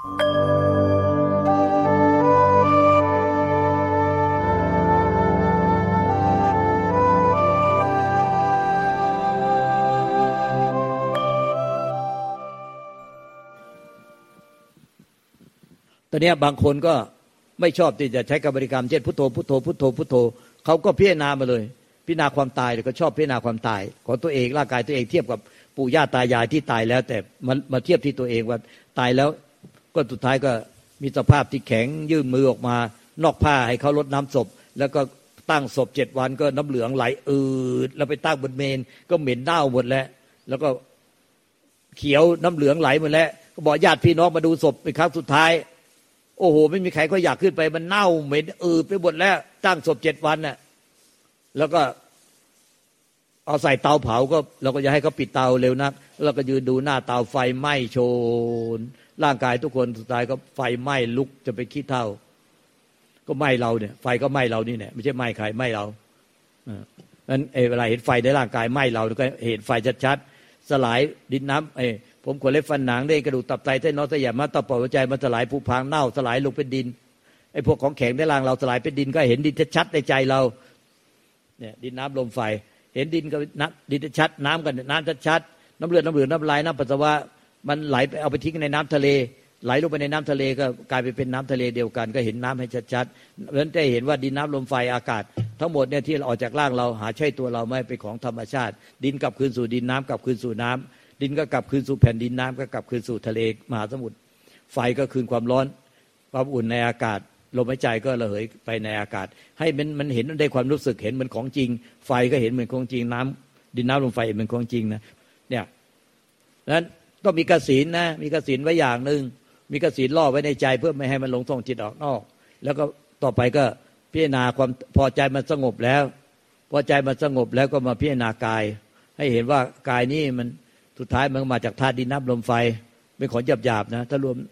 ตอนนี้บางคนก็ไม่ชอบที่จะใช้คำบริกรรมเช่นพุทโธพุทโธพุทโธพุทโธเขาก็พิจารณามาเลยพิจารณาความตายเลยก็ชอบพิจารณาความตายของตัวเองร่างกายตัวเองเทียบกับปู่ย่าตายายที่ตายแล้วแต่มาเทียบที่ตัวเองว่าตายแล้วก็สุดท้ายก็มีสภาพที่แข็งยื่นมือออกมานอกผ้าให้เขารดน้ำศพแล้วก็ตั้งศพ7 วันก็น้ำเหลืองไหลแล้วไปตั้งบนเมนก็เหม็นเน่าหมดแล้วก็เขียวน้ำเหลืองไหลหมดแล้วก็บอกญาติพี่น้องมาดูศพเป็นครั้งสุดท้ายโอ้โหไม่มีใครก็อยากขึ้นไปมันเน่าเหม็นไปหมดแล้วตั้งศพ7 วันน่ะแล้วก็เอาใส่เตาเผาก็เราก็จะให้เขาปิดเตาเร็วนักแล้วก็ยืนดูหน้าเตาไฟไหม้โชนร่างกายทุกคนสุดท้ายก็ไฟไหม้ลุกจะไปขี้เถ้าก็ไหม้เราเนี่ยไฟก็ไหม้เรานี่แหละไม่ใช่ไหม้ใครไหม้เรานั้นเวลาเห็นไฟในร่างกายไหม้เราก็เห็นไฟชัดๆสลายดินน้ำผมขนเล็บฟันหนังได้กระดูกตับไตเส้นน้อยเส้นใหญ่ม้ามตับปอดหัวใจมันสลายผุพังเน่าสลายลงเป็นดินไอ้พวกของแข็งในร่างเราสลายเป็นดินก็เห็นดินชัดๆในใจเราเนี่ยดินน้ำลมไฟเห็นดินกับดินชัดน้ำกันน้ำชัดๆน้ำเลือดน้ำเหลืองน้ำลายน้ำปัสสาวะมันไหลไปเอาไปทิ้งในน้ำทะเลไหลลงไปในน้ำทะเลก็กลายไปเป็นน้ำทะเลเดียวกันก็เห็นน้ำให้ชัดๆเพราะฉะนั้นจะเห็นว่าดินน้ำลมไฟอากาศทั้งหมดเนี่ยที่ออกจากร่างเราหาใช่ตัวเราไม่เป็นของธรรมชาติดินกลับคืนสู่ดินน้ำกลับคืนสู่น้ำดินก็กลับคืนสู่แผ่นดินน้ำก็กลับคืนสู่ทะเลมหาสมุทรไฟก็คืนความร้อนความอุ่นในอากาศลมหายใจก็ระเหยไปในอากาศให้มันเห็นได้ความรู้สึกเห็นเหมือนของจริงไฟก็เห็นเหมือนของจริงน้ำดินน้ำลมไฟเหมือนของจริงนะเนี่ยนั้นต้องมีกสิณนะมีกสิณไว้อย่างนึงมีกสิณล่อไว้ในใจเพื่อไม่ให้มันหลงส่งจิตออกนอกแล้วก็ต่อไปก็พิจารณาความพอใจมันสงบแล้วพอใจมันสงบแล้วก็มาพิจารณากายให้เห็นว่ากายนี้มันสุดท้ายมันมาจากธาตุดินน้ำลมไฟเป็นของหยาบๆนะถ้ารวม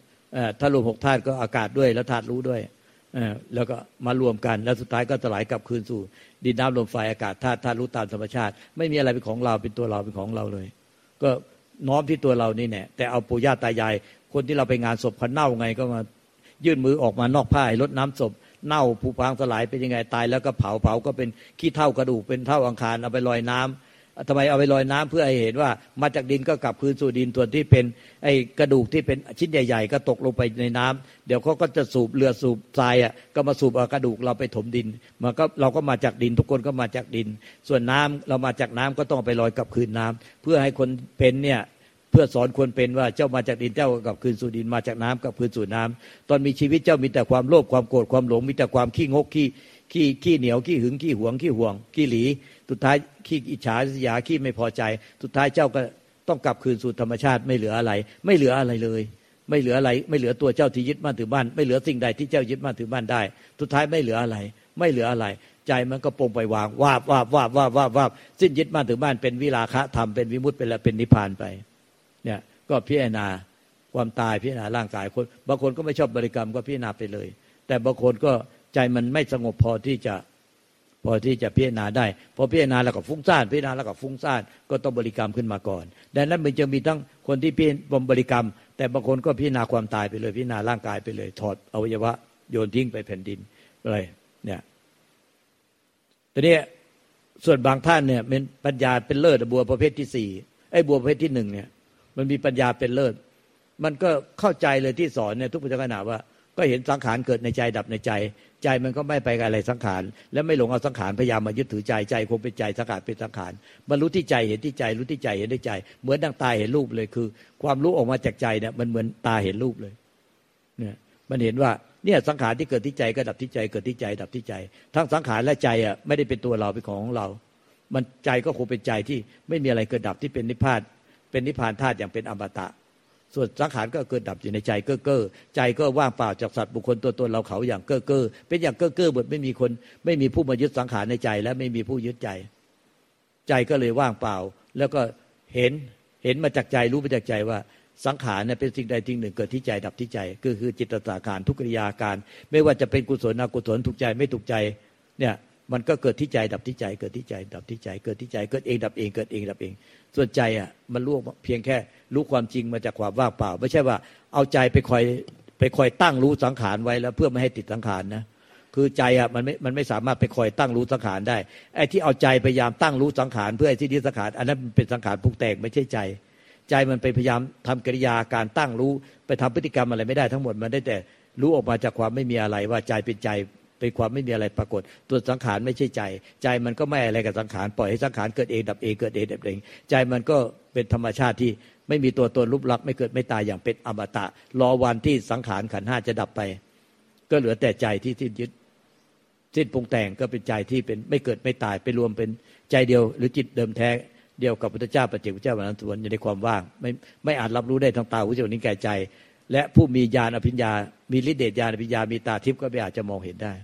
6 ธาตุก็อากาศด้วยแล้วธาตุรู้ด้วยแล้วก็มารวมกันแล้วสุดท้ายก็สลายกลับคืนสู่ดินน้ำลมไฟอากาศธาตุรู้ตามธรรมชาติไม่มีอะไรเป็นของเราเป็นตัวเราเป็นของเราเลยก็น้อมที่ตัวเรานี่แหละแต่เอาปู่ย่าตายายคนที่เราไปงานศพเขาเน่าไงก็มายื่นมือออกมานอกผ้าให้รดน้ำศพเน่าผุพังสลายเป็นยังไงตายแล้วก็เผาก็เป็นขี้เถ้ากระดูกเป็นเท่าอังคารเอาไปลอยน้ำทำไมเอาไปลอยน้ำเพื่อให้เห็นว่ามาจากดินก็กลับคืนสู่ดินส่วนที่เป็นไอ้กระดูกที่เป็นชิ้นใหญ่ๆก็ตกลงไปในน้ำเดี๋ยวเขาก็จะสูบเรือสูบทรายก็มาสูบเอากระดูกเราไปถมดินมันก็เราก็มาจากดินทุกคนก็มาจากดินส่วนน้ำเรามาจากน้ำก็ต้องไปลอยกลับคืนน้ำเพื่อให้คนเป็นเนี่ยเพื่อสอนคนเป็นว่าเจ้ามาจากดินเจ้ากลับคืนสู่ดินมาจากน้ำกลับคืนสู่น้ำตอนมีชีวิตเจ้ามีแต่ความโลภความโกรธความหลงมีแต่ความขี้งกขี้เหนียวขี้หึงขี้หวงขี้ห่วงขี้หลีสุดท้ายขี้อิจฉาริษยาขี้ไม่พอใจสุดท้ายเจ้าก็ต้องกลับคืนสู่ธรรมชาติไม่เหลืออะไรไม่เหลืออะไรเลยไม่เหลืออะไรไม่เหลือตัวเจ้าที่ยึดมั่นถือมั่นไม่เหลือสิ่งใดที่เจ้ายึดมั่นถือมั่นได้สุดท้ายไม่เหลืออะไรไม่เหลืออะไรใจมันก็ปลงไปวางวาบสิ้นยึดมั่นถือมั่นเป็นวิราคะธรรมเป็นวิมุตติเป็นนิพพานไปเนี่ยก็พิจารณาความตายพิจารณาร่างกายคนบางคนก็ไม่ชอบบริกรรมก็พิจารณาไปเลยแต่บางคนก็ใจมันไม่สงบพอที่จะพิจารณาได้พอพิจารณาแล้วก็ฟุ้งซ่านพิจารณาแล้วก็ฟุ้งซ่านก็ต้องบริกรรมขึ้นมาก่อนดังนั้นมันจะมีทั้งคนที่พิจารณาบริกรรมแต่บางคนก็พิจารณาความตายไปเลยพิจารณาร่างกายไปเลยถอดอวัยวะโยนทิ้งไปแผ่นดินอะไรเนี่ยทีนี้ส่วนบางท่านเนี่ยเป็นปัญญาเป็นเลิศบัวประเภทที่4ไอ้บัวประเภทที่1เนี่ยมันมีปัญญาเป็นเลิศมันก็เข้าใจเลยที่สอนเนี่ยทุกพุทธขณะว่าก็เห็นสังขารเกิดในใจดับในใจใจมันก็ไม่ไปกับอะไรสังขารและไม่หลงเอาสังขารพยายามมายึดถือใจคงเป็นใจสังขารเป็นสังขารบรรลุที่ใจเห็นที่ใจรู้ที่ใจเห็นที่ใจเหมือนดังตาเห็นรูปเลยคือความรู้ออกมาจากใจเนี่ยมันเหมือนตาเห็นรูปเลยเนี่ยมันเห็นว่าเนี่ยสังขารที่เกิดที่ใจก็ดับที่ใจเกิดที่ใจดับที่ใจทั้งสังขารและใจไม่ได้เป็นตัวเราเป็นของเรามันใจก็คงเป็นใจที่ไม่มีอะไรเกิดดับที่เป็นนิพพานเป็นนิพพานธาตุอย่างเป็นอมตะส่วนสังขารก็เกิดดับอยู่ในใจเก้อใจก็ว่างเปล่าจากสัตว์บุคคลตัวตนเราเขาอย่างเก้อเป็นอย่างเก้อหมดไม่มีคนไม่มีผู้มายึดสังขารในใจและไม่มีผู้ยึดใจใจก็เลยว่างเปล่าแล้วก็เห็นมาจากใจรู้มาจากใจว่าสังขารเนี่ยเป็นสิ่งใดสิ่งหนึ่งเกิดที่ใจดับที่ใจคือจิตตสังขารทุกกิริยาการไม่ว่าจะเป็นกุศลอกุศลถูกใจไม่ถูกใจเนี่ยมันก็เกิดที่ใจดับที่ใจเกิดที่ใจดับที่ใจเกิดที่ใจเกิดเองดับเองเกิดเองดับเองส่วนใจมันรู้เพียงแค่รู้ความจริงมาจากความว่างเปล่าไม่ใช่ว่าเอาใจไปคอยไปคอยตั้งรู้สังขารไว้แล้วเพื่อไม่ให้ติดสังขารนะคือใจอ่ะมันไม่สามารถไปคอยตั้งรู้สังขารได้ไอ้ที่เอาใจพยายามตั้งรู้สังขารเพื่อให้ที่สังขารอันนั้นเป็นสังขารปรุงแต่งไม่ใช่ใจใจมันไปพยายามทำกิริยาการตั้งรู้ไปทำพฤติกรรมอะไรไม่ได้ทั้งหมดมันได้แต่รู้ออกมาจากความไม่มีอะไรว่าใจเป็นใจเป็นความไม่มีอะไรปรากฏตัวสังขารไม่ใช่ใจใจมันก็ไม่อะไรกับสังขารปล่อยให้สังขารเกิดเองดับเองเกิดเองดับเองใจมันก็เป็นธรรมชาติที่ไม่มีตัวตนรูปลักษณ์ไม่เกิดไม่ตายอย่างเป็นอมตะรอวันที่สังขารขันธ์ห้าจะดับไปก็เหลือแต่ใจที่สิ้นยึดสิ้นปรุงแต่งก็เป็นใจที่เป็นไม่เกิดไม่ตายไปรวมเป็นใจเดียวหรือจิตเดิมแท้เดียวกับพุทธเจ้าปัจเจกพุทธเจ้าวันนั้นส่วนอยู่ในความว่างไม่อาจรับรู้ได้ทางตาหูจมูกนิ้วกายใจและผู้มีญาณอภิญญามีฤทธิเดชญาณอภิญญามีตาทิพย์ก็ไม่อาจจะมองเห็นได้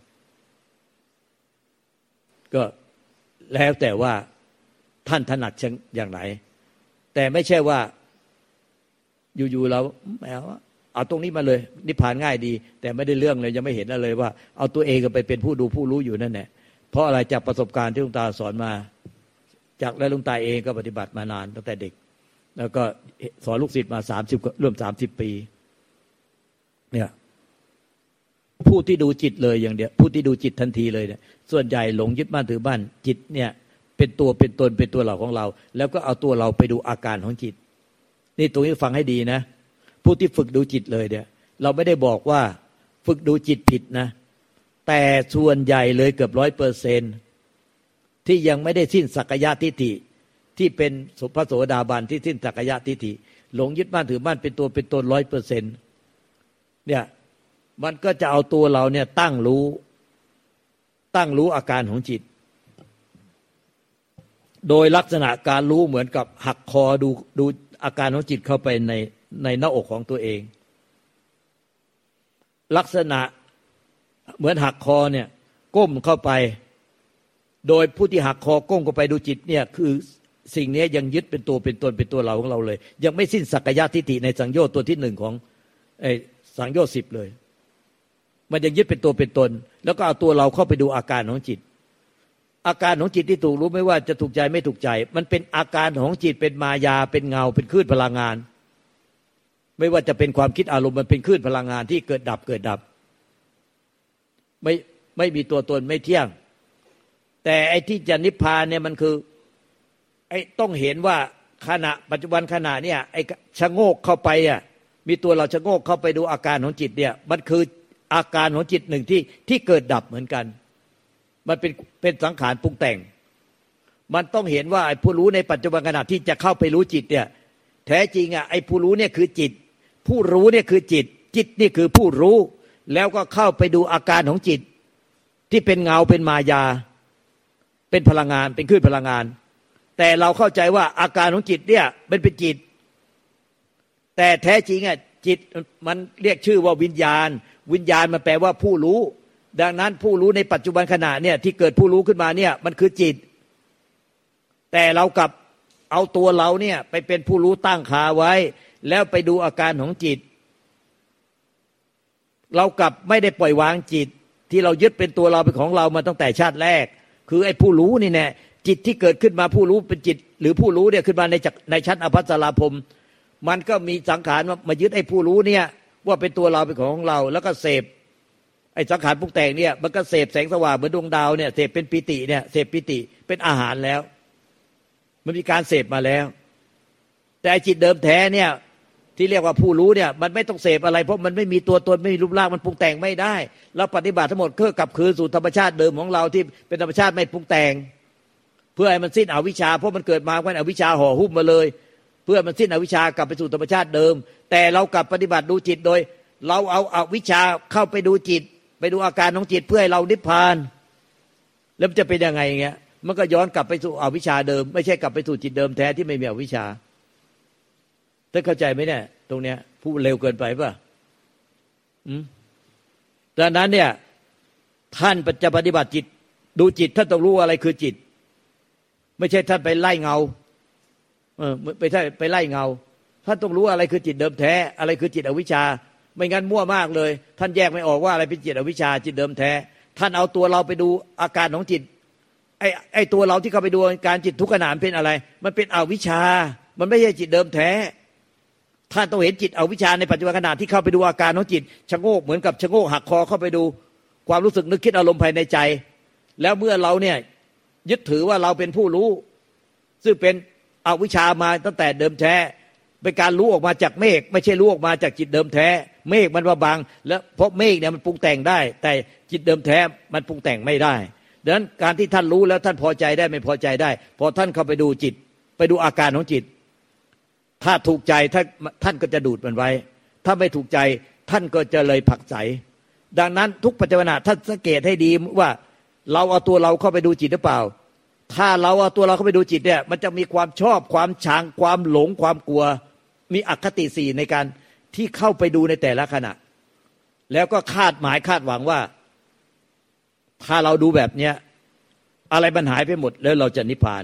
ก็แล้วแต่ว่าท่านถนัดอย่างไหนแต่ไม่ใช่ว่าอยู่ๆเราเอาตรงนี้มาเลยนิพพานง่ายดีแต่ไม่ได้เรื่องเลยยังไม่เห็นอะไรเลยว่าเอาตัวเองไปเป็นผู้ดูผู้รู้อยู่นั่นแหละเพราะอะไรจากประสบการณ์ที่หลวงตาสอนมาจากและหลวงตาเองก็ปฏิบัติมานานตั้งแต่เด็กแล้วก็สอนลูกศิษย์มาร่วม30 ปีเนี่ยผู้ที่ดูจิตเลยอย่างเดียวผู้ที่ดูจิตทันทีเลยเนี่ยส่วนใหญ่หลงยึดมั่นถือมั่นจิตเนี่ยเป็นตัวเป็นตนเป็นตัวเราของเราแล้วก็เอาตัวเราไปดูอาการของจิตนี่ตรงนี้ฟังให้ดีนะผู้ที่ฝึกดูจิตเลยเนี่ยเราไม่ได้บอกว่าฝึกดูจิตผิดนะแต่ส่วนใหญ่เลยเกือบ100%ที่ยังไม่ได้สิ้นสักกายทิฏฐิที่เป็นพระโสดาบันที่สิ้นสักกายทิฏฐิหลงยึดมั่นถือมั่นเป็นตัวเป็นตน100%เนี่ยมันก็จะเอาตัวเราเนี่ยตั้งรู้อาการของจิตโดยลักษณะการรู้เหมือนกับหักคอดูอาการของจิตเข้าไปในหน้าอกของตัวเองลักษณะเหมือนหักคอเนี่ยก้มเข้าไปโดยผู้ที่หักคอก้มเข้าไปดูจิตเนี่ยคือสิ่งนี้ยังยึดเป็นตัวเป็นตนเป็นตัวเราของเราเลยยังไม่สิ้นสักกายทิฏฐิในสังโยชน์ตัวที่1ของสังโยชน์10เลยมันยังยึดเป็นตัวเป็นตนแล้วก็เอาตัวเราเข้าไปดูอาการของจิตอาการของจิตที่ถูกรู้ไม่ว่าจะถูกใจไม่ถูกใจมันเป็นอาการของจิตเป็นมายาเป็นเงาเป็นคลื่นพลังงานไม่ว่าจะเป็นความคิดอารมณ์มันเป็นคลื่นพลังงานที่เกิดดับเกิดดับไม่มีตัวตนไม่เที่ยงแต่ไอ้ที่จะนิพพานเนี่ยมันคือไอ้ต้องเห็นว่าขณะปัจจุบันขณะเนี่ยไอ้ชะโงกเข้าไปอ่ะมีตัวเราชะโงกเข้าไปดูอาการของจิตเนี่ยมันคืออาการของจิตหนึ่งที่เกิดดับเหมือนกันมันเป็นสังขารปรุงแต่งมันต้องเห็นว่าไอ้ผู้รู้ในปัจจุบันขณะที่จะเข้าไปรู้จิตเนี่ยแท้จริงอ่ะไอ้ผู้รู้เนี่ยคือจิตผู้รู้เนี่ยคือจิตจิตนี่คือผู้รู้แล้วก็เข้าไปดูอาการของจิตที่เป็นเงาเป็นมายาเป็นพลังงานเป็นคลื่นพลังงานแต่เราเข้าใจว่าอาการของจิตเนี่ยมันเป็นจิตแต่แท้จริงอ่ะจิตมันเรียกชื่อว่าวิญญาณมันแปลว่าผู้รู้ดังนั้นผู้รู้ในปัจจุบันขณะเนี่ยที่เกิดผู้รู้ขึ้นมาเนี่ยมันคือจิตแต่เรากลับเอาตัวเราเนี่ยไปเป็นผู้รู้ตั้งคาไว้แล้วไปดูอาการของจิตเรากลับไม่ได้ปล่อยวางจิตที่เรายึดเป็นตัวเราเป็นของเรามาตั้งแต่ชาติแรกคือไอ้ผู้รู้นี่แน่จิตที่เกิดขึ้นมาผู้รู้เป็นจิตหรือผู้รู้เนี่ยขึ้นมาในชั้นอภัสสราพรหมมันก็มีสังขารมายึดไอ้ผู้รู้เนี่ยว่าเป็นตัวเราเป็นของเราแล้วก็เสพไอ้สังขารปรุงแต่งเนี่ยมันก็เสพแสงสว่างเหมือนดวงดาวเนี่ยเสพเป็นปิติเนี่ยเสพปิติเป็นอาหารแล้วมันมีการเสพมาแล้วแต่ไอ้จิตเดิมแท้เนี่ยที่เรียกว่าผู้รู้เนี่ยมันไม่ต้องเสพอะไรเพราะมันไม่มีตัวตนไม่มีรูปร่างมันปรุงแต่งไม่ได้เราปฏิบัติทั้งหมดเพื่อกลับคืนสู่ธรรมชาติเดิมของเราที่เป็นธรรมชาติไม่ปรุงแต่งเพื่อให้มันสิ้นอวิชชาเพราะมันเกิดมาเพราะอวิชชาห่อหุ้มมาเลยเพื่อมันสิ้นอวิชชากลับไปสู่ธรรมชาติเดิมแต่เรากลับปฏิบัติดูจิตโดยเราเอาอวิชชาเข้าไปดูจิตไปดูอาการของจิตเพื่อให้เรานิพพานแล้วมันจะเป็นยังไงอย่างเงี้ยมันก็ย้อนกลับไปสู่อวิชชาเดิมไม่ใช่กลับไปสู่จิตเดิมแท้ที่ไม่มีอวิชชาท่านเข้าใจไหมเนี่ยตรงเนี้ยพูดเร็วเกินไปป่ะดังนั้นเนี่ยท่านจะปฏิบัติจิตดูจิตท่านต้องรู้อะไรคือจิตไม่ใช่ท่านไปไล่เงาไม่ใช่ไปไล่เงาท่านต้องรู้อะไรคือจิตเดิมแท้อะไรคือจิตอวิชชาไม่งั้นมั่วมากเลยท่านแยกไม่ออกว่าอะไรเป็นจิตอวิชชาจิตเดิมแท้ท่านเอาตัวเราไปดูอาการของจิตไอ้ตัวเราที่เข้าไปดูอาการจิตทุกขณะเป็นอะไรมันเป็นอวิชชามันไม่ใช่จิตเดิมแท้ท่านต้องเห็นจิตอวิชชาในปัจจุบันขณะที่เข้าไปดูอาการของจิตชะโงกเหมือนกับชะโงกหักคอเข้าไปดูความรู้สึกนึกคิดอารมณ์ภายในใจแล้วเมื่อเราเนี่ยยึดถือว่าเราเป็นผู้รู้ซึ่งเป็นอวิชชามาตั้งแต่เดิมแท้เป็นการรู้ออกมาจากเมฆไม่ใช่รู้ออกมาจากจิตเดิมแท้เมฆมันมาบังแล้วเพราะเมฆเนี่ยมันปรุงแต่งได้แต่จิตเดิมแท้มันปรุงแต่งไม่ได้ดังนั้นการที่ท่านรู้แล้วท่านพอใจได้ไม่พอใจได้พอท่านเข้าไปดูจิตไปดูอาการของจิตถ้าถูกใจท่านก็จะดูดมันไว้ถ้าไม่ถูกใจท่านก็จะเลยผลักไสดังนั้นทุกปัจจุบันท่านสังเกตให้ดีว่าเราเอาตัวเราเข้าไปดูจิตหรือเปล่าถ้าเราเอาตัวเราเข้าไปดูจิตเนี่ยมันจะมีความชอบความชังความหลงความกลัวมีอคติสี่ในการที่เข้าไปดูในแต่ละขณะแล้วก็คาดหมายคาดหวังว่าถ้าเราดูแบบเนี้ยอะไรมันหายไปหมดแล้วเราจะนิพพาน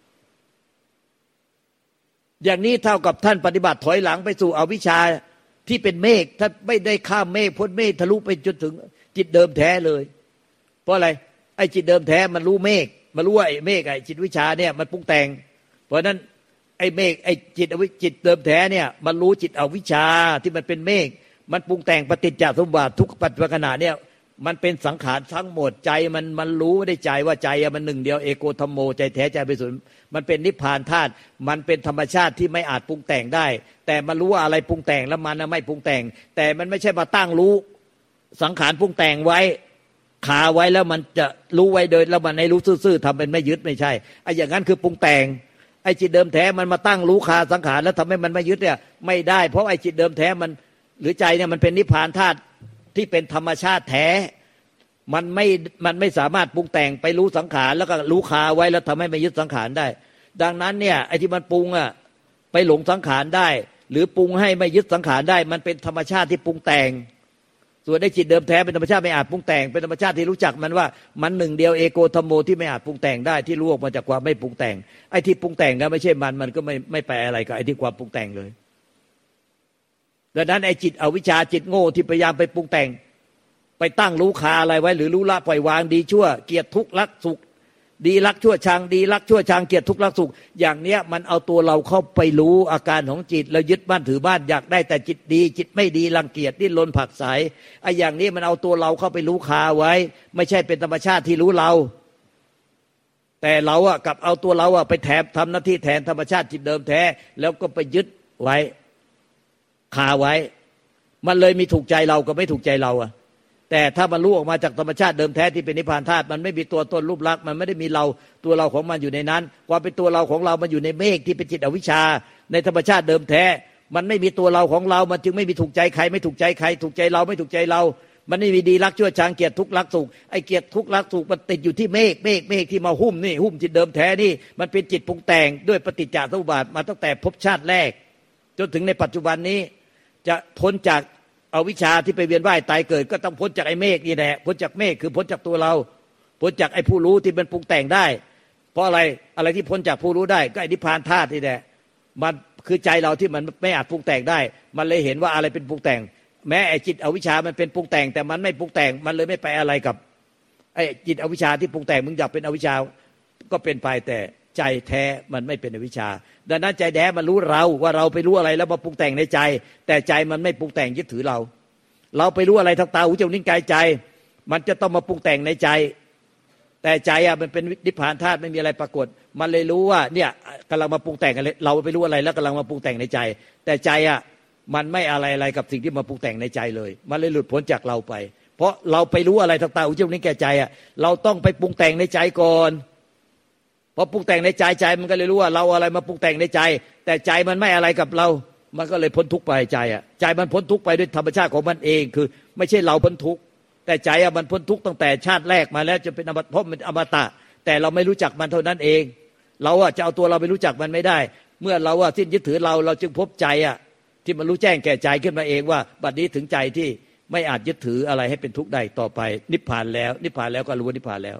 อย่างนี้เท่ากับท่านปฏิบัติถอยหลังไปสู่อวิชชาที่เป็นเมฆท่านไม่ได้ข้ามเมฆพ้นเมฆทะลุไปจนถึงจิตเดิมแท้เลยเพราะอะไรไอ้จิตเดิมแท้มันรู้เมฆมันรู้ว่าไอ้เมฆไอ้จิตวิชาเนี่ยมันปรุงแต่งเพราะนั้นไอ้เมฆไอ้จิตเดิมแท้เนี่ยมันรู้จิตอวิชชาที่มันเป็นเมฆมันปรุงแต่งปฏิจจสมบัติทุกปัจจุบันขณะเนี่ยมันเป็นสังขารทั้งหมดใจมันรู้ไม่ได้ใจว่าใจมันหนึ่งเดียวเอโกธัมโมใจแท้ใจบริสุทธิ์มันเป็นนิพพานธาตุมันเป็นธรรมชาติที่ไม่อาจปรุงแต่งได้แต่มันรู้ว่าอะไรปรุงแต่งแล้วมันไม่ปรุงแต่งแต่มันไม่ใช่มาตั้งรู้สังขารปรุงแต่งไว้คาไว้แล้วมันจะรู้ไว้โดยแล้วมันให้รู้ซื่อๆทำเป็นไม่ยึดไม่ใช่ไอ้อย่างนั้นคือปรุงแต่งไอ้จิตเดิมแท้มันมาตั้งรู้คาสังขารแล้วทำให้มันไม่ยึดเนี่ยไม่ได้เพราะไอ้จิตเดิมแท้มันหรือใจเนี่ยมันเป็นนิพพานธาตุที่เป็นธรรมชาติแท้มันไม่สามารถปรุงแต่งไปรู้สังขารแล้วก็รู้คาไว้แล้วทำให้ไม่ยึดสังขารได้ดังนั้นเนี่ยไอ้ที่มันปรุงอ่ะไปหลงสังขารได้หรือปรุงให้ไม่ยึดสังขารได้มันเป็นธรรมชาติที่ปรุงแต่งส่วนได้จิตเดิมแท้เป็นธรรมชาติไม่อาจปรุงแต่งเป็นธรรมชาติที่รู้จักมันว่ามันหนึ่งเดียวเอโกธัมโมที่ไม่อาจปรุงแต่งได้ที่รู้ออกมาจากความไม่ปรุงแต่งไอ้ที่ปรุงแต่งนะไม่ใช่มันก็ไม่แปลอะไรกับไอ้ที่ความปรุงแต่งเลยดังนั้นไอ้จิตอวิชชาจิตโง่ที่พยายามไปปรุงแต่งไปตั้งรู้คาอะไรไว้หรือรู้ละปล่อยวางดีชั่วเกลียดทุกข์รักสุขดีรักชั่วชังดีรักชั่วชังเกลียดทุกข์รักสุขอย่างเนี้ยมันเอาตัวเราเข้าไปรู้อาการของจิตแล้วยึดบ้านถือบ้านอยากได้แต่จิตดีจิตไม่ดีรังเกียจดิ้นรนผลักไสไอ้อย่างนี้มันเอาตัวเราเข้าไปรู้คาไว้ไม่ใช่เป็นธรรมชาติที่รู้เราแต่เราอะกับเอาตัวเราอะไปแทนทำหน้าที่แทนธรรมชาติจิตเดิมแท้แล้วก็ไปยึดไว้คาไว้มันเลยมีถูกใจเรากับไม่ถูกใจเราอะแต่ถ้ามันรู้ออกมาจากธรรมชาติเดิมแท้ที่เป็นนิพพานธาตุมันไม่มีตัวตนรูปลักษณ์มันไม่ได้มีเราตัวเราของมันอยู่ในนั้นความเป็นตัวเราของเรามันอยู่ในเมฆที่เป็นจิตอวิชชาในธรรมชาติเดิมแท้มันไม่มีตัวเราของเรามันจึงไม่มีถูกใจใครไม่ถูกใจใครถูกใจเราไม่ถูกใจเรามันไม่มีดีรักชั่วชังเกลียดทุกข์รักสุขไอ้เกลียดทุกข์รักสุขมันติดอยู่ที่เมฆที่มาหุ้มนี่หุ้มจิตเดิมแท้นี่มันเป็นจิตปรุงแต่งด้วยปฏิจจสมุปบาทมาตั้งแต่ภพชาติแรกจนถึงในปัจจุบันนี้จะพ้นจากเอาวิชาที่ไปเวียนว่ายตายเกิดก็ต้องพ้นจากไอ้เมฆนี่แหละพ้นจากเมฆคือพ้นจากตัวเราพ้นจากไอ้ผู้รู้ที่มันปรุงแต่งได้เพราะอะไรที่พ้นจากผู้รู้ได้ก็ไอ้นิพพานธาตุนี่แหละมันคือใจเราที่มันไม่อาจปรุงแต่งได้มันเลยเห็นว่าอะไรเป็นปรุงแต่งแม้ไอ้จิตอวิชชามันเป็นปรุงแต่งแต่มันไม่ปรุงแต่งมันเลยไม่ไปอะไรกับไอ้จิตอวิชชาที่ปรุงแต่งมึงอยากเป็นอวิชชาก็เป็นไปแต่ใจแท้มันไม่เป็นอวิชชาดังนั้นใจแท้มันรู้เราว่าเราไปรู้อะไรแล้วมาปรุงแต่งในใจแต่ใจมันไม่ปรุงแต่งยึดถือเราไปรู้อะไรทางตาหูจมูกลิ้นกายใจมันจะต้องมาปรุงแต่งในใจแต่ใจอ่ะมันเป็นนิพพานธาตุไม่มีอะไรปรากฏมันเลยรู้ว่าเนี่ยกำลังมาปรุงแต่งอะไรเราไปรู้อะไรแล้วกำลังมาปรุงแต่งในใจแต่ใจอ่ะมันไม่อะไรกับสิ่งที่มาปรุงแต่งในใจเลยมันเลยหลุดพ้นจากเราไปเพราะเราไปรู้อะไรทางตาหูจมูกลิ้นกายใจอ่ะเราต้องไปปรุงแต่งในใจก่อนพอปรุงแต่งในใจมันก็เลยรู้ว่าเราอะไรมาปรุงแต่งในใจแต่ใจมันไม่อะไรกับเรามันก็เลยพ้นทุกข์ไปใจอ่ะใจมันพ้นทุกข์ไปด้วยธรรมชาติของมันเองคือไม่ใช่เราพ้นทุกข์แต่ใจอ่ะมันพ้นทุกข์ตั้งแต่ชาติแรกมาแล้วจะเป็นเพราะมันอมตะแต่เราไม่รู้จักมันเท่านั้นเองเราอ่ะจะเอาตัวเราไปรู้จักมันไม่ได้เมื่อเราอ่ะสิ้นยึดถือเราจึงพบใจอ่ะที่มันรู้แจ้งแก่ใจขึ้นมาเองว่าบัดนี้ถึงใจที่ไม่อาจยึดถืออะไรให้เป็นทุกข์ได้ต่อไปนิพพานแล้วก็รู้ว่านิพพานแล้ว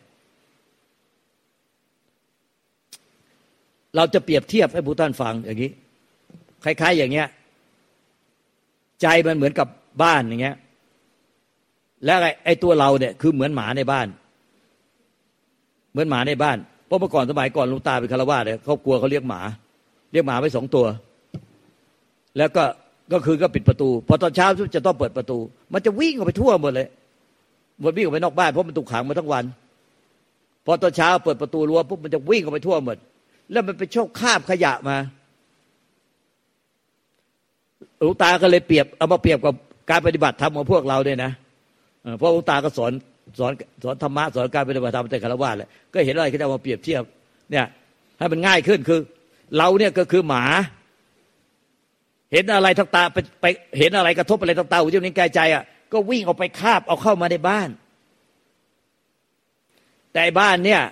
เราจะเปรียบเทียบให้ผู้ท่านฟังอย่างนี้คล้ายๆอย่างเงี้ยใจมันเหมือนกับบ้านอย่างเงี้ยแล้วไอ้ตัวเราเนี่ยคือเหมือนหมาในบ้านเหมือนหมาในบ้านเพราะเมื่อก่อนสมัยก่อนหลวงตาเป็นฆราวาสเนี่ยครอบครัวเขาเลี้ยงหมาไว้2 ตัวแล้วก็ก็คือก็ปิดประตูพอตอนเช้าจะต้องเปิดประตูมันจะวิ่งออกไปทั่วหมดเลยมันวิ่งออกไปนอกบ้านเพราะมันถูกขังมาทั้งวันพอตอนเช้าเปิดประตูรั้วปุ๊บมันจะวิ่งออกไปทั่วหมดแล้วมันไปชอบคาบขยะมาหลวงตาก็เลยเปรียบเอามาเปรียบกับการปฏิบัติธรรมของพวกเราเนี่ยนะเพราะหลวงตาก็สอนธรรมะสอนการปฏิบัติธรรมแต่ฆราวาสแหละก็เห็นอะไรก็จะเอามาเปรียบเทียบเนี่ยให้มันง่ายขึ้นคือเราเนี่ยก็คือหมาเห็นอะไรทางตาไปเห็นอะไรกระทบอะไรทางตาหูจมูกลิ้นกายใจอ่ะก็วิ่งออกไปคาบเอาเข้ามาในบ้านแต่บ้านเนี่ย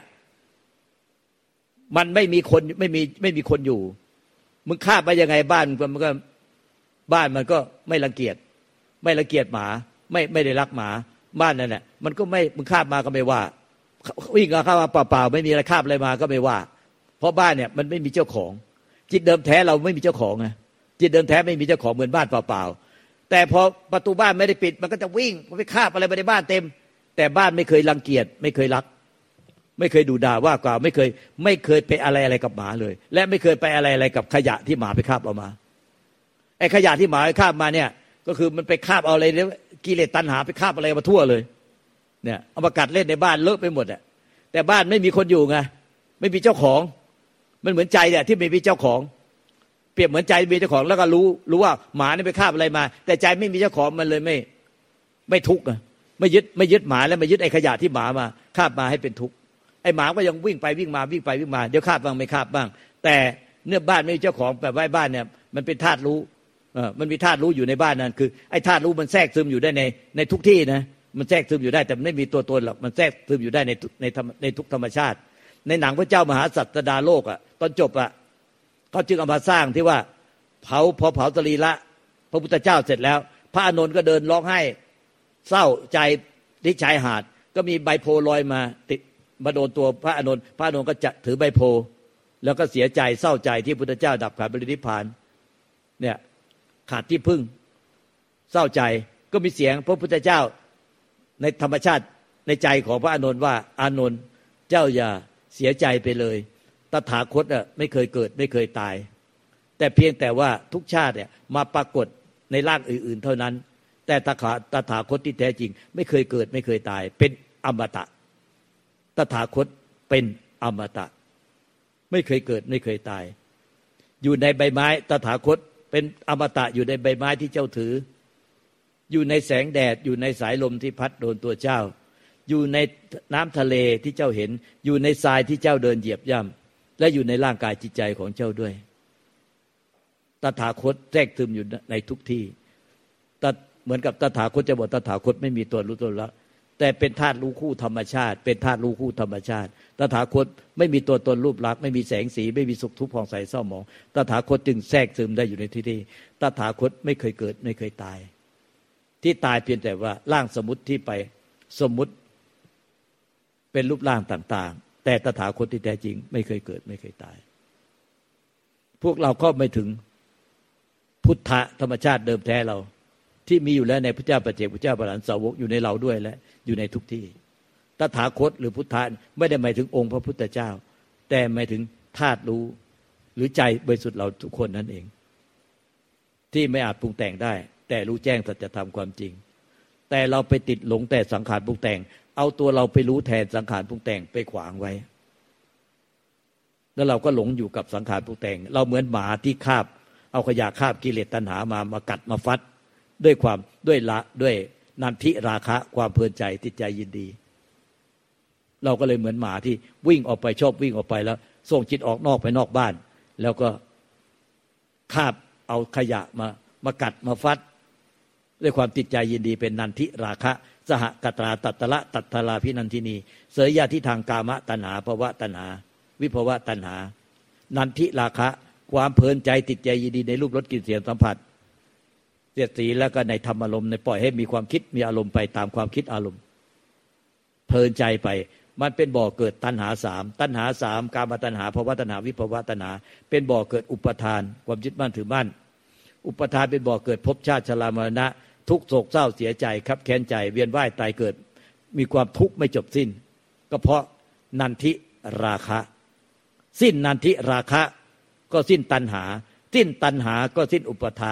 มันไม่มีคนไม่มีคนอยู่มึงคาบไปยังไงบ้านมันก็ไม่รังเกียจหมาไม่ได้รักหมาบ้านนั่นแหละมันก็ไม่มึงคาบมาก็ไม่ว่าวิ่งเข้ามาเปล่าๆไม่มีอะไรคาบอะไรมาก็ไม่ว่าเพราะบ้านเนี่ยมันไม่มีเจ้าของจิตเดิมแท้เราไม่มีเจ้าของไงจิตเดิมแท้ไม่มีเจ้าของเหมือนบ้านเปล่าๆแต่พอประตูบ้านไม่ได้ปิดมันก็จะวิ่งไปคาบอะไรไปในบ้านเต็มแต่บ้านไม่เคยรังเกียจไม่เคยรักไม่เคยดูด่าว่ากล่าวไม่เคยไปอะไรกับหมาเลยและไม่เคยไปอะไรกับขยะที่หมาไปคาบเอามาไอ้ขยะที่หมาไปคาบมาเนี่ยก็คือมันไปคาบเอาอะไรกิเลสตัณหาไปคาบอะไรมาทั่วเลยเนี่ยเอามากัดเล่นในบ้านเลอะไปหมดอ่ะแต่บ้านไม่มีคนอยู่ไงไม่มีเจ้าของมันเหมือนใจเนี่ยที่ไม่มีเจ้าของเปรียบเหมือนใจมีเจ้าของแล้วก็รู้ว่าหมานี่ไปคาบอะไรมาแต่ใจไม่มีเจ้าของมันเลยไม่ทุกข์อ่ะไม่ยึดหมาแล้วไม่ยึดไอ้ขยะที่หมามาคาบมาให้เป็นทุกข์ไอ้หมาก็ยังวิ่งไปวิ่งมาเดี๋ยวคาบบ้างไม่คาบบ้างแต่เนื้อบ้านไม่มีเจ้าของแบบไว้บ้านเนี่ยมันเป็นธาตุรู้มันมีธาตุรู้อยู่ในบ้านนั้นคือไอ้ธาตุรู้มันแทรกซึมอยู่ได้ในทุกที่นะมันแทรกซึมอยู่ได้แต่ไม่มีตัวตนหรอกมันแทรกซึมอยู่ได้ในทุกธรรมชาติในหนังพระเจ้ามหาสัตดาโลกอ่ะตอนจบอ่ะเขาจึงเอามาสร้างที่ว่าพอเผาสรีระพระพุทธเจ้าเสร็จแล้วพระอานนท์ก็เดินร้องไห้เศร้าใจที่ชายหาดก็มีใบโพลอยมาติดมาโดนตัวพระอานนท์ก็จะถือใบโพแล้วก็เสียใจเศร้าใจที่พุทธเจ้าดับขันธ์ปรินิพพานเนี่ยขาดที่พึ่งเศร้าใจก็มีเสียงพระพุทธเจ้าในธรรมชาติในใจของพระอานนท์ว่าอานนท์เจ้าอย่าเสียใจไปเลยตถาคตไม่เคยเกิดไม่เคยตายแต่เพียงแต่ว่าทุกชาติเนี่ยมาปรากฏในร่างอื่นๆเท่านั้นแต่ตถาคตที่แท้จริงไม่เคยเกิดไม่เคยตายเป็นอมตะตถาคตเป็นอมตะไม่เคยเกิดไม่เคยตายอยู่ในใบไม้ตถาคตเป็นอมตะอยู่ในใบไม้ที่เจ้าถืออยู่ในแสงแดดอยู่ในสายลมที่พัดโดนตัวเจ้าอยู่ในน้ำทะเลที่เจ้าเห็นอยู่ในทรายที่เจ้าเดินเหยียบย่ำและอยู่ในร่างกายจิตใจของเจ้าด้วยตถาคตแทรกซึมอยู่ในทุกที่เหมือนกับตถาคตจะบอกตถาคตไม่มีตัวรู้ตัวละแต่เป็นธาตุรู้คู่ธรรมชาติเป็นธาตุรู้คู่ธรรมชาติตถาคตไม่มีตัวตนรูปลักษณ์ไม่มีแสงสีไม่มีสุขทุกข์ผ่องใสเศร้าหมองตถาคตจึงแทรกซึมได้อยู่ในที่นี้ตถาคตไม่เคยเกิดไม่เคยตายที่ตายเพียงแต่ว่าร่างสมมุติที่ไปสมมุติเป็นรูปร่างต่างๆแต่ตถาคตที่แท้จริงไม่เคยเกิดไม่เคยตายพวกเราก็ไม่ถึงพุทธะธรรมชาติเดิมแท้เราที่มีอยู่แล้วในพระเจ้าปัจเจกพุทธเจ้าพระอรหันตสาวกอยู่ในเราด้วยและอยู่ในทุกที่ตถาคตหรือพุทธะไม่ได้หมายถึงองค์พระพุทธเจ้าแต่หมายถึงธาตุรู้หรือใจบริสุทธิ์เราทุกคนนั่นเองที่ไม่อาจปรุงแต่งได้แต่รู้แจ้งสัจธรรมความจริงแต่เราไปติดหลงแต่สังขารปรุงแต่งเอาตัวเราไปรู้แทนสังขารปรุงแต่งไปขวางไว้แล้วเราก็หลงอยู่กับสังขารปรุงแต่งเราเหมือนหมาที่คาบเอาขยะคาบกิเลสตัณหามากัดมาฟัดด้วยนันทิราคะความเพลินใจติดใจยินดีเราก็เลยเหมือนหมาที่วิ่งออกไปชอบวิ่งออกไปแล้วส่งจิตออกนอกไปนอกบ้านแล้วก็คาบเอาขยะมากัดมาฟัดด้วยความติดใจยินดีเป็นนันทิราคะสหกัตราตัตตละตัตตลาภินันทินีเสยยะที่ทางกามตัณหาภวะตัณหาวิภวะตัณหานันทิราคะความเพลินใจติดใจยินดีในรูปรสกลิ่นเสียงสัมผัสเสียดสีแล้วก็ในธรรมอารมณ์ในปล่อยให้มีความคิดมีอารมณ์ไปตามความคิดอารมณ์เพลินใจไปมันเป็นบ่อเกิดตัณหา3ตัณหา3กามตัณหาภวตัณหาวิภวตัณหาเป็นบ่อเกิดอุปทานความยึดมั่นถือมั่นอุปทานเป็นบ่อเกิดภพชาติชรามรณะทุกโศกเศร้าเสียใจคับแค้นใจเวียนว่ายตายเกิดมีความทุกข์ไม่จบสิ้นก็เพราะนันทิราคะสิ้นนันทิราคะก็สิ้นตัณหาสิ้นตัณหาก็สิ้นอุปทาน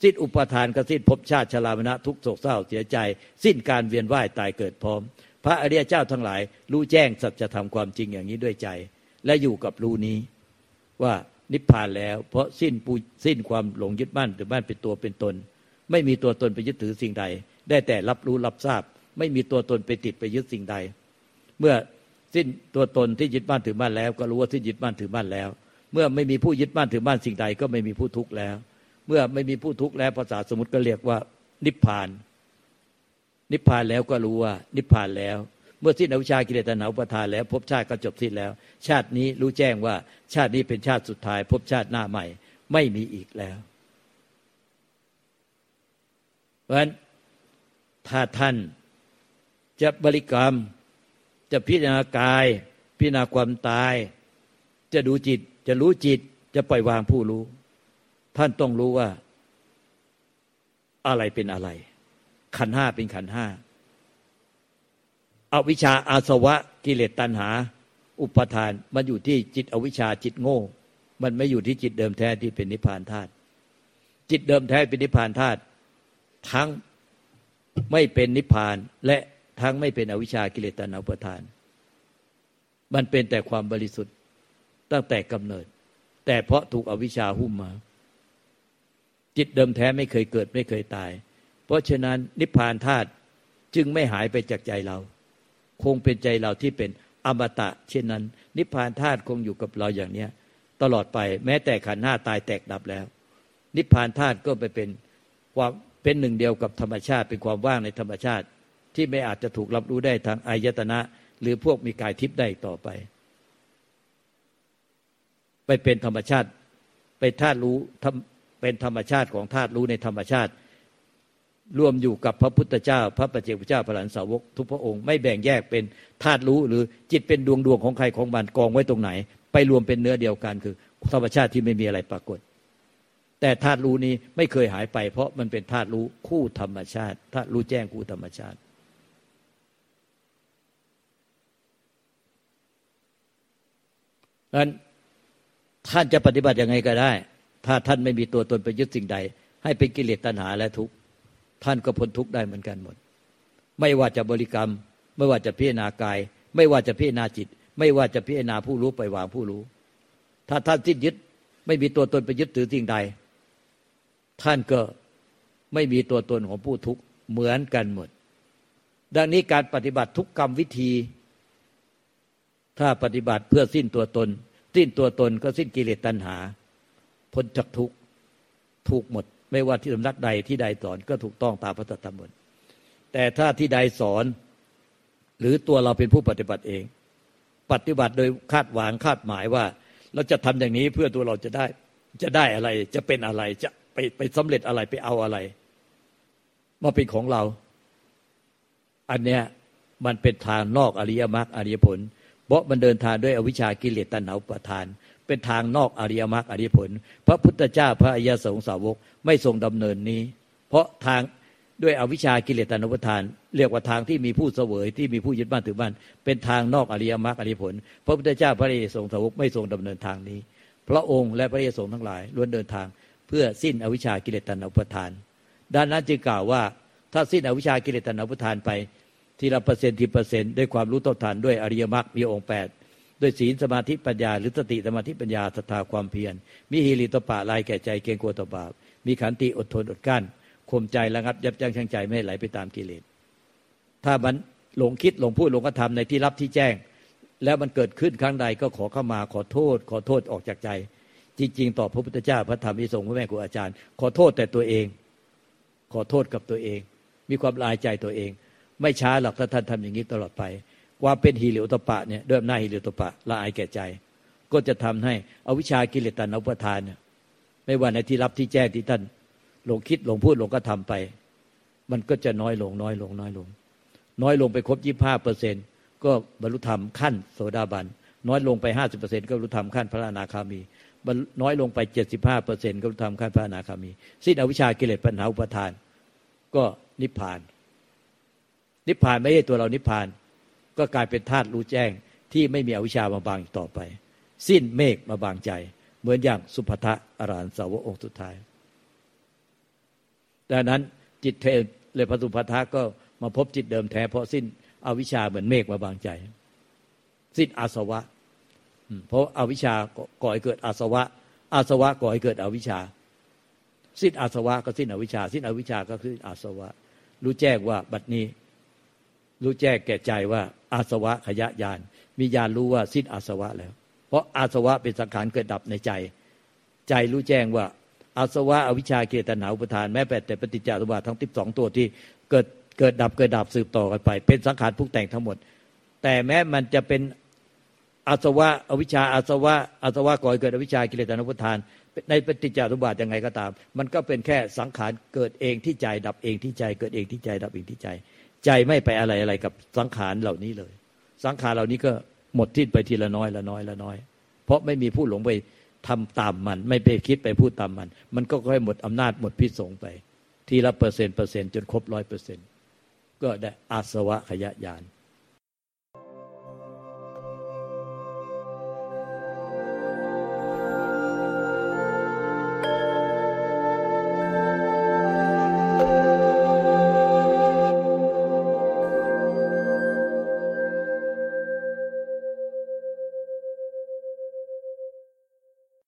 สิ้นอุปทานก็สิ้นภพชาติชรามรณะทุกโศกเศร้าเสียใจสิ้นการเวียนว่ายตายเกิดพร้อมพระอริยเจ้าทั้งหลายรู้แจ้งสัจธรรมความจริงอย่างนี้ด้วยใจและอยู่กับรู้นี้ว่านิพพานแล้วเพราะสิ้นความหลงยึดมั่นถือมั่นเป็นตัวเป็นตนไม่มีตัวตนไปยึดถือสิ่งใดได้แต่รับรู้รับทราบไม่มีตัวตนไปติดไปยึดสิ่งใดเมื่อสิ้นตัวตนที่ยึดมั่นถือมั่นแล้วก็รู้ว่าสิ้นยึดมั่นถือมั่นแล้วเมื่อไม่มีผู้ยึดมั่นถือมั่นสิ่งใดก็ไม่มีผู้ทุกข์แล้วเมื่อไม่มีผู้ทุกข์แล้วภาษาสมมุติก็เรียกว่านิพพานนิพพานแล้วก็รู้ว่านิพพานแล้วเมื่อสิ้นอวิชชากิเลสตัณหาอุปาทานแล้วภพชาติก็จบสิ้นแล้วชาตินี้รู้แจ้งว่าชาตินี้เป็นชาติสุดท้ายภพชาติหน้าใหม่ไม่มีอีกแล้วเพราะฉะนั้นถ้าท่านจะบริกรรมจะพิจารณากายพิจารณาความตายจะดูจิตจะรู้จิตจะปล่อยวางผู้รู้ท่านต้องรู้ว่าอะไรเป็นอะไรขันธ์ห้าเป็นขันธ์ห้าอวิชชาอาสวะกิเลสตัณหาอุปทานมันอยู่ที่จิตอวิชชาจิตโง่มันไม่อยู่ที่จิตเดิมแท้ที่เป็นนิพพานธาตุจิตเดิมแท้เป็นนิพพานธาตุทั้งไม่เป็นนิพพานและทั้งไม่เป็นอวิชชากิเลสตัณหาอุปทานมันเป็นแต่ความบริสุทธิ์ตั้งแต่กำเนิดแต่เพราะถูกอวิชชาหุ้มมาจิตเดิมแท้ไม่เคยเกิดไม่เคยตายเพราะฉะนั้นนิพพานธาตุจึงไม่หายไปจากใจเราคงเป็นใจเราที่เป็นอมตะเช่นนั้นนิพพานธาตุคงอยู่กับเราอย่างนี้ตลอดไปแม้แต่ขันธ์ห้าตายแตกดับแล้วนิพพานธาตุก็ไปเป็นความเป็นหนึ่งเดียวกับธรรมชาติเป็นความว่างในธรรมชาติที่ไม่อาจจะถูกรับรู้ได้ทางอายตนะหรือพวกมีกายทิพย์ได้ต่อไปไปเป็นธรรมชาติเป็นธาตุรู้เป็นธรรมชาติของธาตุรู้ในธรรมชาติรวมอยู่กับพระพุทธเจ้าพระปัจเจกพุทธเจ้าพระอรหันตสาวกทุกพระองค์ไม่แบ่งแยกเป็นธาตุรู้หรือจิตเป็นดวงของใครของมันกองไว้ตรงไหนไปรวมเป็นเนื้อเดียวกันคือธรรมชาติที่ไม่มีอะไรปรากฏแต่ธาตุรู้นี้ไม่เคยหายไปเพราะมันเป็นธาตุรู้คู่ธรรมชาติธาตุรู้แจ้งคู่ธรรมชาติดังนั้นท่านจะปฏิบัติยังไงก็ได้ถ้าท่านไม่มีตัวตนไปยึดสิ่งใดให้เป็นกิเลสตัณหาและทุกข์ท่านก็พ้นทุกข์ได้เหมือนกันหมดไม่ว่าจะบริกรรมไม่ว่าจะพิจารณากายไม่ว่าจะพิจารณาจิตไม่ว่าจะพิจารณาผู้รู้ปล่อยวางผู้รู้ถ้าท่านสิ้นยึดไม่มีตัวตนไปยึดถือสิ่งใดท่านก็ไม่มีตัวตนของผู้ทุกข์เหมือนกันหมดดังนี้การปฏิบัติทุกกรรมวิธีถ้าปฏิบัติเพื่อสิ้นตัวตนสิ้นตัวตนก็สิ้นกิเลสตัณหาพ้นจากทุกข์ถูกหมดไม่ว่าที่สำนักใดที่ใดสอนก็ถูกต้องตามพระธรรมหมดแต่ถ้าที่ใดสอนหรือตัวเราเป็นผู้ปฏิบัติเองปฏิบัติโดยคาดหวังคาดหมายว่าเราจะทำอย่างนี้เพื่อตัวเราจะได้อะไรจะเป็นอะไรจะไปสำเร็จอะไรไปเอาอะไรมาเป็นของเราอันเนี้ยมันเป็นทางนอกอริยมรรคอริยผลเพราะมันเดินทางด้วยอวิชชากิเลสตัณหาอุปาทานเป็นทางนอกอริยมรรคอริยผลพระพุทธเจ้าพระอริยสงฆ์สาวกไม่ทรงดำเนินนี้เพราะทางด้วยอวิชชากิเลสตัณหาอุปาทานเรียกว่าทางที่มีผู้เสวยที่มีผู้ยึดมั่นถือมั่นเป็นทางนอกอริยมรรคอริยผลพระพุทธเจ้าพระอริยสงฆ์สาวกไม่ทรงดำเนินทางนี้พระองค์และพระอริยสงฆ์ทั้งหลายล้วนเดินทางเพื่อสิ้นอวิชชากิเลสตัณหาอุปาทานดังนั้นจึงกล่าวว่าถ้าสิ้นอวิชชากิเลสตัณหาอุปาทานไปทีละเปอร์เซ็นต์ด้วยความรู้เท่าทันด้วยอริยมรรคมีองค์8ด้วยศีลสมาธิปัญญาหรือสติสมาธิปัญญาศรัทธาความเพียรมีหิริโอตปะลายแก่ใจเกรงกลัวต่อบาปมีขันติอดทนอดกลั้นข่มใจระงับยับยั้งชั่งใจไม่ให้ไหลไปตามกิเลสถ้ามันหลงคิดหลงพูดหลงกระทำในที่ลับที่แจ้งแล้วมันเกิดขึ้นครั้งใดก็ขอเข้ามาขอโทษออกจากใจจริงๆต่อพระพุทธเจ้าพระธรรมพระสงฆ์พระแม่ครูอาจารย์ขอโทษแต่ตัวเองขอโทษกับตัวเองมีความละอายใจตัวเองไม่ช้าหรอกถ้าท่านทำอย่างนี้ตลอดไปความเป็นหิริโอตปะเนี่ยด้วยอำนาจหิริโอตปะละอายแก่ใจก็จะทำให้อวิชชากิเลสตัณหาอุปาทานเนี่ยไม่ว่าในที่ลับที่แจ้งที่ท่านหลงคิดหลงพูดหลงกระทำไปมันก็จะน้อยลงไปครบ 25% ก็บรรลุธรรมขั้นโสดาบันน้อยลงไป 50% ก็บรรลุธรรมขั้นพระอนาคามีน้อยลงไป 75% ก็บรรลุธรรมขั้นพระอนาคามีสิ้นอวิชชากิเลสตัณหาอุปาทานก็นิพพานไม่ใช่ตัวเรานิพพานก็กลายเป็นธาตุรู้แจ้งที่ไม่มีอวิชชามาบังอีกต่อไปสิ้นเมฆมาบังใจเหมือนอย่างสุภัททะอรหันตสาวกองค์สุดท้ายดังนั้นจิตเทเลยพระสุภัททะก็มาพบจิตเดิมแท้เพราะสิ้นอวิชชาเหมือนเมฆมาบางใจสิ้นอาสวะเพราะอวิชชาก่อให้เกิดอาสวะอาสวะก่อให้เกิดอวิชชาสิ้นอาสวะก็สิ้นอวิชชาสิ้นอวิชชาก็คืออาสวะรู้แจ้งว่าบัดนี้รู้แจ้งแก่ใจว่าอาสวะขยะญาณมีญาณรู้ว่าสิ้นอาสวะแล้วเพราะอาสวะเป็นสังขารเกิดดับในใจใจรู้แจ้งว่าอาสวะอวิชชากิเลสตัณหาอุปาทานแม้แต่ปฏิจจสมุปบาททั้ง12ตัวที่เกิดดับสืบต่อกันไปเป็นสังขารปรุงแต่งทั้งหมดแต่แม้มันจะเป็นอาสวะอวิชชาอาสวะก่อให้เกิดอวิชชากิเลสตัณหาอุปาทานในปฏิจจสมุปบาทยังไงก็ตามมันก็เป็นแค่สังขารเกิดเองที่ใจดับเองที่ใจเกิดเองที่ใจดับเองที่ใจใจไม่ไปอะไรกับสังขารเหล่านี้เลยสังขารเหล่านี้ก็หมดสิ้นไปทีละน้อยละน้อยละน้อยเพราะไม่มีผู้หลงไปทำตามมันไม่ไปคิดไปพูดตามมันก็ค่อยหมดอำนาจหมดพิษสงไปทีละเปอร์เซ็นต์จนครบ 100%ก็ได้อาสวะขยะญาณ